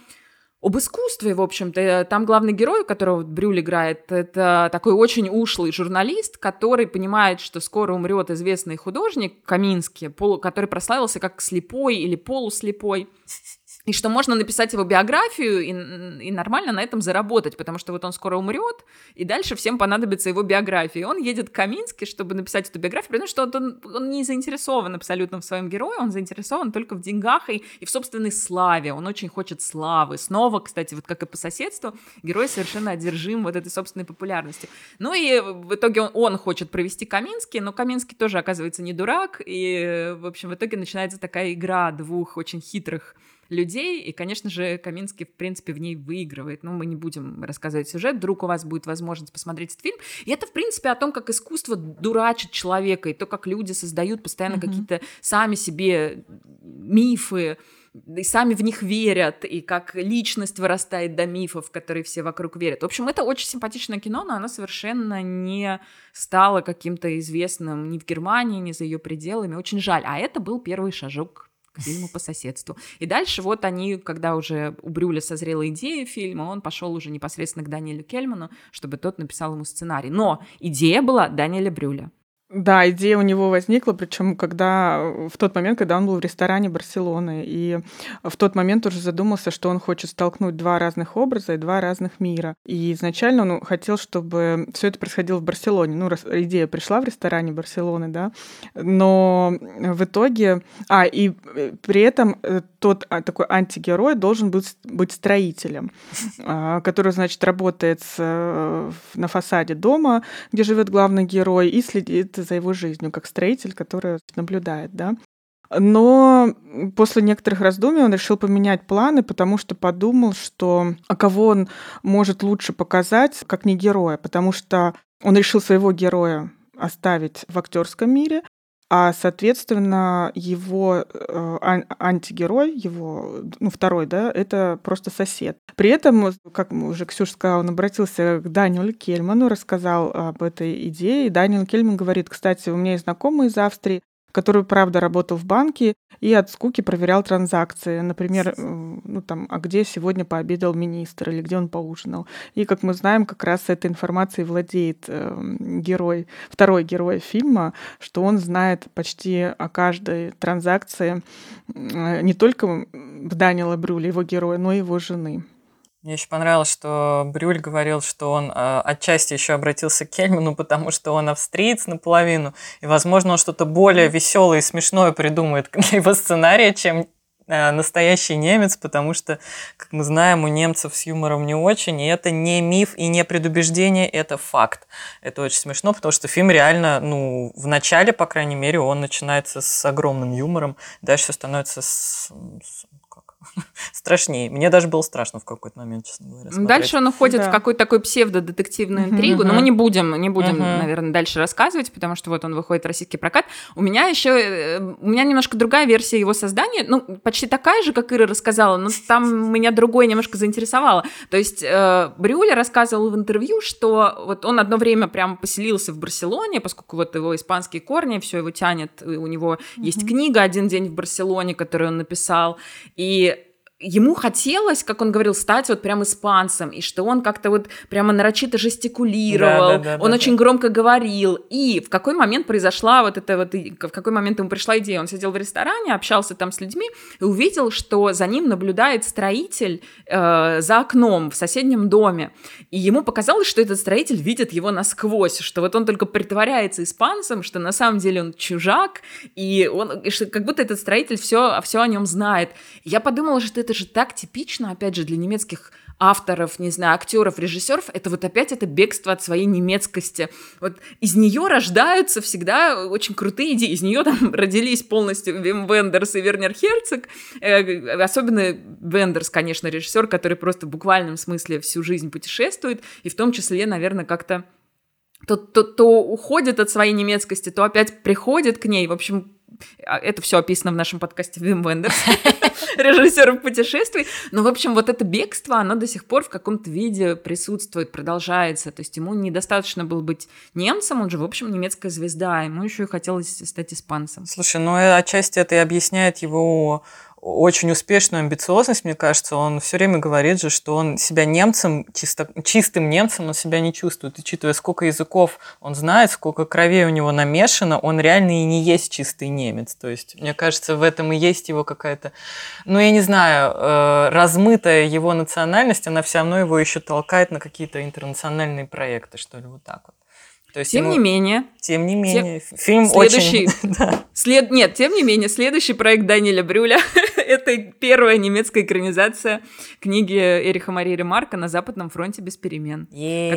об искусстве, в общем-то. Там главный герой, которого Брюль играет, это такой очень ушлый журналист, который понимает, что скоро умрет известный художник Каминский, который прославился как слепой или полуслепой. И что можно написать его биографию и нормально на этом заработать, потому что вот он скоро умрет, и дальше всем понадобится его биография. И он едет к Камински, чтобы написать эту биографию, потому что он не заинтересован абсолютно в своем герое, он заинтересован только в деньгах и в собственной славе. Он очень хочет славы. Снова, кстати, вот как и по соседству, герой совершенно одержим вот этой собственной популярностью. Ну и в итоге он хочет провести Камински, но Каминский тоже оказывается не дурак, и, в общем, в итоге начинается такая игра двух очень хитрых людей, и, конечно же, Каминский, в принципе, в ней выигрывает. Но мы не будем рассказывать сюжет, вдруг у вас будет возможность посмотреть этот фильм. И это, в принципе, о том, как искусство дурачит человека, и то, как люди создают постоянно какие-то сами себе мифы, и сами в них верят, и как личность вырастает до мифов, в которые все вокруг верят. В общем, это очень симпатичное кино, но оно совершенно не стало каким-то известным ни в Германии, ни за ее пределами. Очень жаль. А это был первый шажок к фильму по соседству. И дальше вот они, когда уже у Брюля созрела идея фильма, он пошел уже непосредственно к Даниэлю Кельману, чтобы тот написал ему сценарий. Но идея была Даниэля Брюля. Да, идея у него возникла, причем в тот момент, когда он был в ресторане Барселоны, и в тот момент уже задумался, что он хочет столкнуть два разных образа и два разных мира. И изначально он хотел, чтобы все это происходило в Барселоне. Ну, идея пришла в ресторане Барселоны, да, но в итоге... и при этом тот такой антигерой должен быть строителем, который, значит, работает на фасаде дома, где живет главный герой, и следит за его жизнью, как строитель, который наблюдает, да. Но после некоторых раздумий он решил поменять планы, потому что подумал, что кого он может лучше показать, как не героя, потому что он решил своего героя оставить в актерском мире, а, соответственно, его антигерой, его, второй, да, это просто сосед. При этом, как уже Ксюша сказала, он обратился к Даниэлю Кельману, рассказал об этой идее. И Даниэль Кельман говорит: кстати, у меня есть знакомый из Австрии, который, правда, работал в банке и от скуки проверял транзакции. Например, а где сегодня пообедал министр или где он поужинал. И, как мы знаем, как раз этой информацией владеет второй герой фильма, что он знает почти о каждой транзакции не только Даниэла Брюля, его героя, но и его жены. Мне еще понравилось, что Брюль говорил, что он отчасти еще обратился к Кельману, потому что он австриец наполовину, и, возможно, он что-то более веселое и смешное придумает для его сценария, чем настоящий немец, потому что, как мы знаем, у немцев с юмором не очень, и это не миф и не предубеждение, это факт. Это очень смешно, потому что фильм реально, в начале, по крайней мере, он начинается с огромным юмором, дальше все становится страшнее. Мне даже было страшно в какой-то момент, честно говоря, смотреть. Дальше он уходит в какую-то такую псевдодетективную интригу, но мы не будем, наверное, дальше рассказывать, потому что вот он выходит в российский прокат. У меня немножко другая версия его создания, почти такая же, как Ира рассказала, но там меня другое немножко заинтересовало. То есть Брюль рассказывал в интервью, что вот он одно время прям поселился в Барселоне, поскольку вот его испанские корни, все его тянет, у него есть книга «Один день в Барселоне», которую он написал, и ему хотелось, как он говорил, стать вот прям испанцем, и что он как-то вот прямо нарочито жестикулировал, он очень громко говорил. И в какой момент произошла вот эта вот, в какой момент ему пришла идея? Он сидел в ресторане, общался там с людьми и увидел, что за ним наблюдает строитель за окном в соседнем доме. И ему показалось, что этот строитель видит его насквозь, что вот он только притворяется испанцем, что на самом деле он чужак, и что как будто этот строитель все о нем знает. И я подумала, что это же так типично, опять же, для немецких авторов, не знаю, актеров, режиссеров, это вот опять это бегство от своей немецкости. Вот из нее рождаются всегда очень крутые идеи. Из нее там родились полностью Вим Вендерс и Вернер Херцог. Особенно Вендерс, конечно, режиссер, который просто в буквальном смысле всю жизнь путешествует, и в том числе, наверное, как-то то уходит от своей немецкости, то опять приходит к ней. В общем, это все описано в нашем подкасте Вим Вендерс, режиссеров путешествий. Но, в общем, вот это бегство, оно до сих пор в каком-то виде присутствует, продолжается. То есть ему недостаточно было быть немцем, он же, в общем, немецкая звезда, ему еще и хотелось стать испанцем. Слушай, ну отчасти это и объясняет его очень успешную амбициозность, мне кажется. Он все время говорит же, что он себя немцем, чистым немцем, он себя не чувствует. Учитывая, сколько языков он знает, сколько кровей у него намешано, он реально и не есть чистый немец. То есть, мне кажется, в этом и есть его какая-то, ну, я не знаю, размытая его национальность, она все равно его еще толкает на какие-то интернациональные проекты, что ли, вот так вот. То есть Тем не менее, фильм следующий, очень... Нет, тем не менее, следующий проект Даниэля Брюля – это первая немецкая экранизация книги Эриха Марии Ремарка «На Западном фронте без перемен»,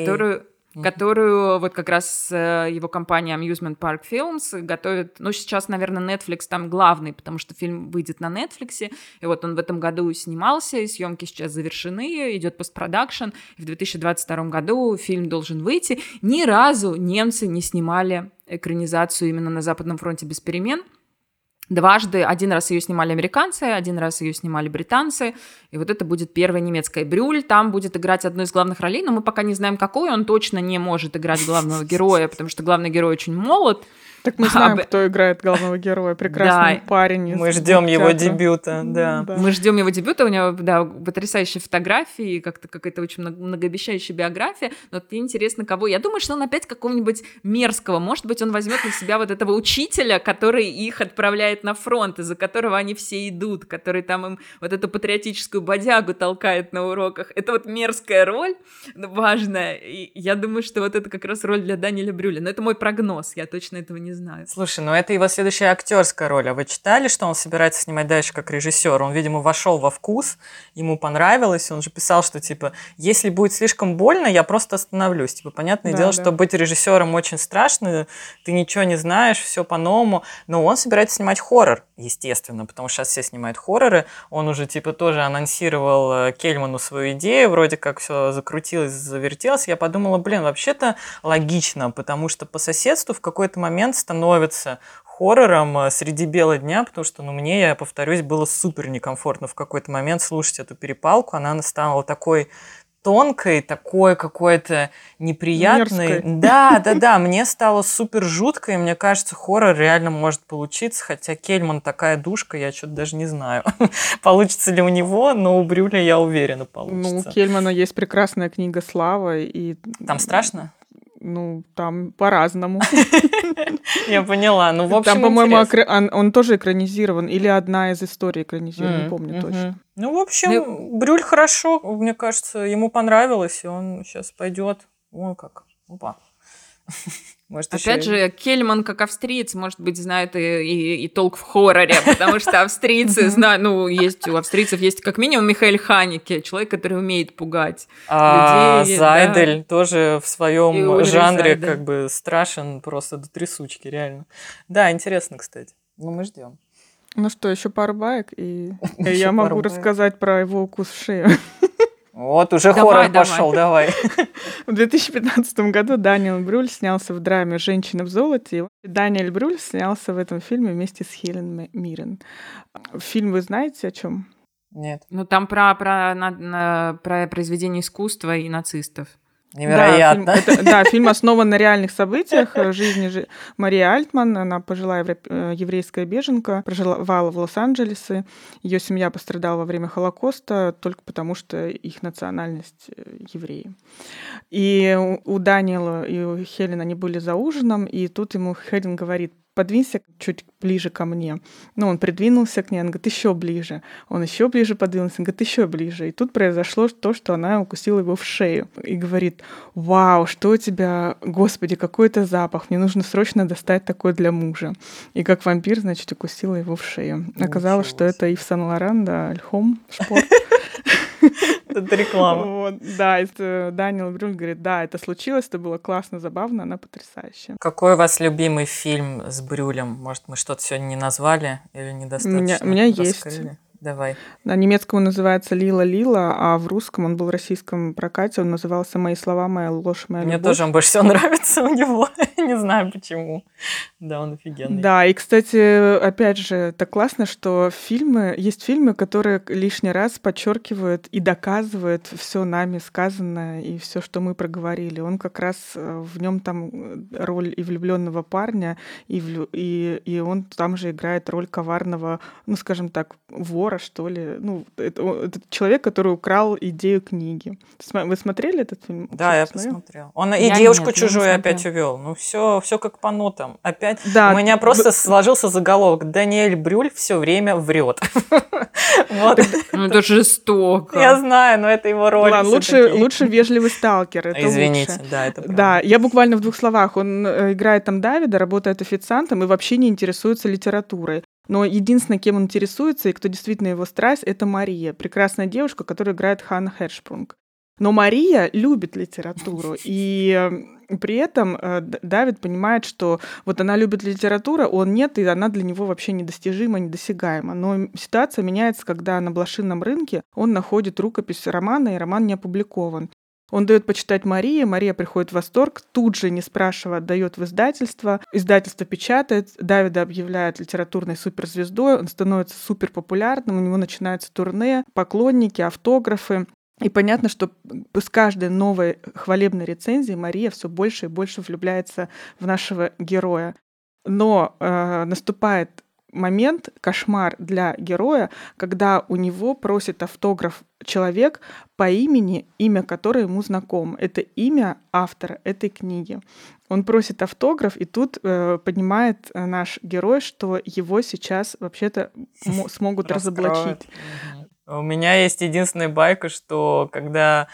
которую вот как раз его компания Amusement Park Films готовит. Ну, сейчас, наверное, Netflix там главный, потому что фильм выйдет на Netflix, и вот он в этом году снимался, и съемки сейчас завершены, идет постпродакшн, и в 2022 году фильм должен выйти. Ни разу немцы не снимали экранизацию именно «На Западном фронте без перемен». Дважды, один раз ее снимали американцы, один раз ее снимали британцы, и вот это будет первая немецкая. Брюль там будет играть одну из главных ролей, но мы пока не знаем, какую, он точно не может играть главного героя, потому что главный герой очень молод. Так мы знаем, кто играет главного героя, прекрасный парень. Мы ждем его дебюта, да. Мы ждем его дебюта, у него, да, потрясающие фотографии, как-то какая-то очень многообещающая биография, но мне интересно, кого. Я думаю, что он опять какого-нибудь мерзкого, может быть, он возьмет на себя вот этого учителя, который их отправляет на фронт, из-за которого они все идут, который там им вот эту патриотическую бодягу толкает на уроках. Это вот мерзкая роль, важная, и я думаю, что вот это как раз роль для Даниэля Брюля, но это мой прогноз, я точно этого не знаю. Слушай, ну это его следующая актерская роль. А вы читали, что он собирается снимать дальше как режиссер? Он, видимо, вошел во вкус, ему понравилось. Он же писал, что типа, если будет слишком больно, я просто остановлюсь. Типа, понятное дело, что быть режиссером очень страшно, ты ничего не знаешь, все по-новому. Но он собирается снимать хоррор, естественно, потому что сейчас все снимают хорроры. Он уже типа тоже анонсировал Кельману свою идею, вроде как все закрутилось, завертелось. Я подумала, вообще-то логично, потому что по соседству в какой-то момент становится хоррором среди бела дня, потому что, мне, я повторюсь, было супер некомфортно в какой-то момент слушать эту перепалку. Она стала такой тонкой, такой какой-то неприятной. Мерзкой. Да, мне стало супер жутко, и мне кажется, хоррор реально может получиться, хотя Кельман такая душка, я что-то даже не знаю, получится ли у него, но у Брюля, я уверена, получится. Ну, у Кельмана есть прекрасная книга «Слава», и... Там страшно? Ну, там по-разному. Я поняла. Ну, в общем, там, по-моему, он тоже экранизирован, или одна из историй экранизирована, не помню точно. Ну, в общем, Брюль хорошо, мне кажется, ему понравилось, и он сейчас пойдет. Ой, как. Опа. Может, опять же, Кельман, как австриец, может быть, знает и толк в хорроре, потому что австрийцы знают, есть у австрийцев есть как минимум Михаэль Ханеке, человек, который умеет пугать людей. Зайдель тоже в своем жанре как бы страшен просто до трясучки, реально. Да, интересно, кстати. Мы ждем. Ну что, еще пару баек, и я могу рассказать про его укус в шею. Вот, уже хоррор пошел, давай. В 2015 году Даниэль Брюль снялся в драме «Женщина в золоте». Даниэль Брюль снялся в этом фильме вместе с Хелен Миррен. Фильм вы знаете о чем? Нет. Там про произведение искусства и нацистов. Невероятно. Фильм основан на реальных событиях жизни Марии Альтман. Она пожилая еврейская беженка, проживала в Лос-Анджелесе. Ее семья пострадала во время Холокоста только потому, что их национальность евреи. И у Даниэла и у Хелен они были за ужином, и тут ему Хелен говорит: подвинься чуть ближе ко мне. Ну, он придвинулся к ней, он говорит: еще ближе. Он еще ближе подвинулся, он говорит: еще ближе. И тут произошло то, что она укусила его в шею. И говорит: вау, что у тебя, господи, какой это запах, мне нужно срочно достать такой для мужа. И как вампир, значит, укусила его в шею. Оказалось, что это Ив Сен-Лоран, да, Альхом, шпорт. Это реклама. Вот, да, Даниэл Брюль говорит: да, это случилось, это было классно, забавно, она потрясающая. Какой у вас любимый фильм с Брюлем? Может, мы что-то сегодня не назвали или недостаточно? У меня есть. Давай. На немецком он называется «Лила Лила», а в русском, он был в российском прокате, он назывался «Мои слова, моя ложь, моя любовь». Мне тоже он больше всего нравится у него. Не знаю почему. Да, он офигенный. Да, и, кстати, опять же, так классно, что есть фильмы, которые лишний раз подчеркивают и доказывают все нами сказанное и все, что мы проговорили. Он как раз в нем там роль и влюбленного парня, и он там же играет роль коварного, ну, скажем так, вора, что ли. Ну, это человек, который украл идею книги. Вы смотрели этот фильм? Да, я посмотрела. Он и девушку чужую опять увел. Ну, все как по нотам. Опять у меня просто сложился заголовок: Даниэль Брюль все время врет. Ну, это жестоко. Я знаю, но это его роль. Лучше вежливый сталкер. Извините, да, это правда. Да, я буквально в 2 словах. Он играет там Давида, работает официантом и вообще не интересуется литературой. Но единственное, кем он интересуется и кто действительно его страсть, это Мария, прекрасная девушка, которая играет Ханна Хершпрунг. Но Мария любит литературу, и при этом Давид понимает, что вот она любит литературу, он нет, и она для него вообще недостижима, недосягаема. Но ситуация меняется, когда на блошином рынке он находит рукопись романа, и роман не опубликован. Он дает почитать Марии, Мария приходит в восторг, тут же, не спрашивая, отдает в издательство печатает, Давида объявляют литературной суперзвездой, он становится суперпопулярным, у него начинается турне, поклонники, автографы. И понятно, что с каждой новой хвалебной рецензией Мария все больше и больше влюбляется в нашего героя. Но наступает момент, кошмар для героя, когда у него просит автограф человек по имени, имя которое ему знакомо. Это имя автора этой книги. Он просит автограф, и тут понимает наш герой, что его сейчас вообще-то смогут разоблачить. У меня есть единственная байка, что когда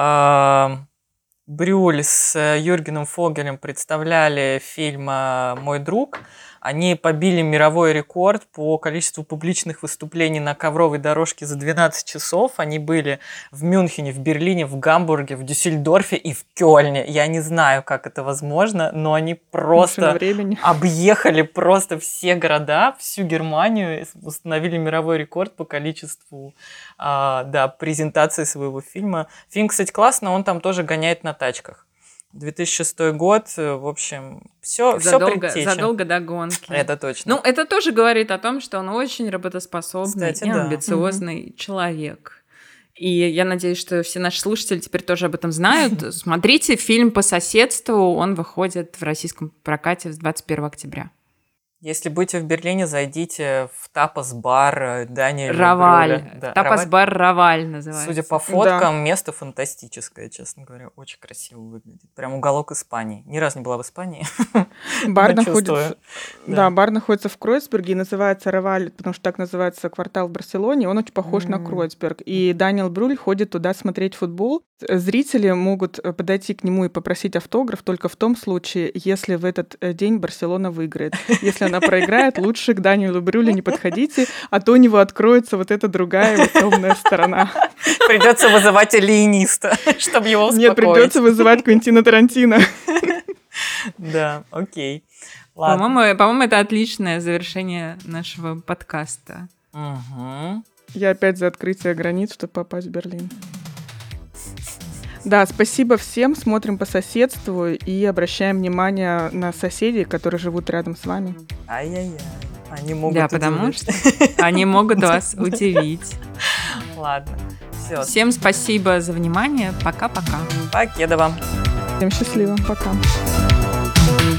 Брюль с Юргеном Фогелем представляли фильм «Мой друг», они побили мировой рекорд по количеству публичных выступлений на ковровой дорожке за 12 часов. Они были в Мюнхене, в Берлине, в Гамбурге, в Дюссельдорфе и в Кёльне. Я не знаю, как это возможно, но они просто объехали просто все города, всю Германию, установили мировой рекорд по количеству презентаций своего фильма. Фильм, кстати, классный, он там тоже гоняет на тачках. 2006 год, в общем, все предтеча. Задолго до гонки. Это точно. Ну, это тоже говорит о том, что он очень работоспособный, кстати, и амбициозный человек. И я надеюсь, что все наши слушатели теперь тоже об этом знают. Смотрите фильм «По соседству», он выходит в российском прокате с 21 октября. Если будете в Берлине, зайдите в тапас-бар Даниэля Раваль. Да, Тапас-бар Раваль называется. Судя по фоткам, место фантастическое, честно говоря. Очень красиво выглядит. Прям уголок Испании. Ни разу не была в Испании. Бар находится в Кройцберге и называется Раваль, потому что так называется квартал в Барселоне. Он очень похож на Кройцберг. И Даниэл Брюль ходит туда смотреть футбол. Зрители могут подойти к нему и попросить автограф только в том случае, если в этот день Барселона выиграет. Если она проиграет, лучше к Даниэлу Брюлю не подходите, а то у него откроется вот эта другая вот темная сторона. Придется вызывать алиениста, чтобы его успокоить. Нет, придется вызывать Квентина Тарантино. Да, окей. По-моему, это отличное завершение нашего подкаста. Я опять за открытие границ, чтобы попасть в Берлин. Да, спасибо всем. Смотрим по соседству и обращаем внимание на соседей, которые живут рядом с вами. Ай-яй-яй. Они могут потому что они могут вас удивить. Ладно. Все. Всем спасибо за внимание. Пока-пока. Покедова. Всем счастливо. Пока.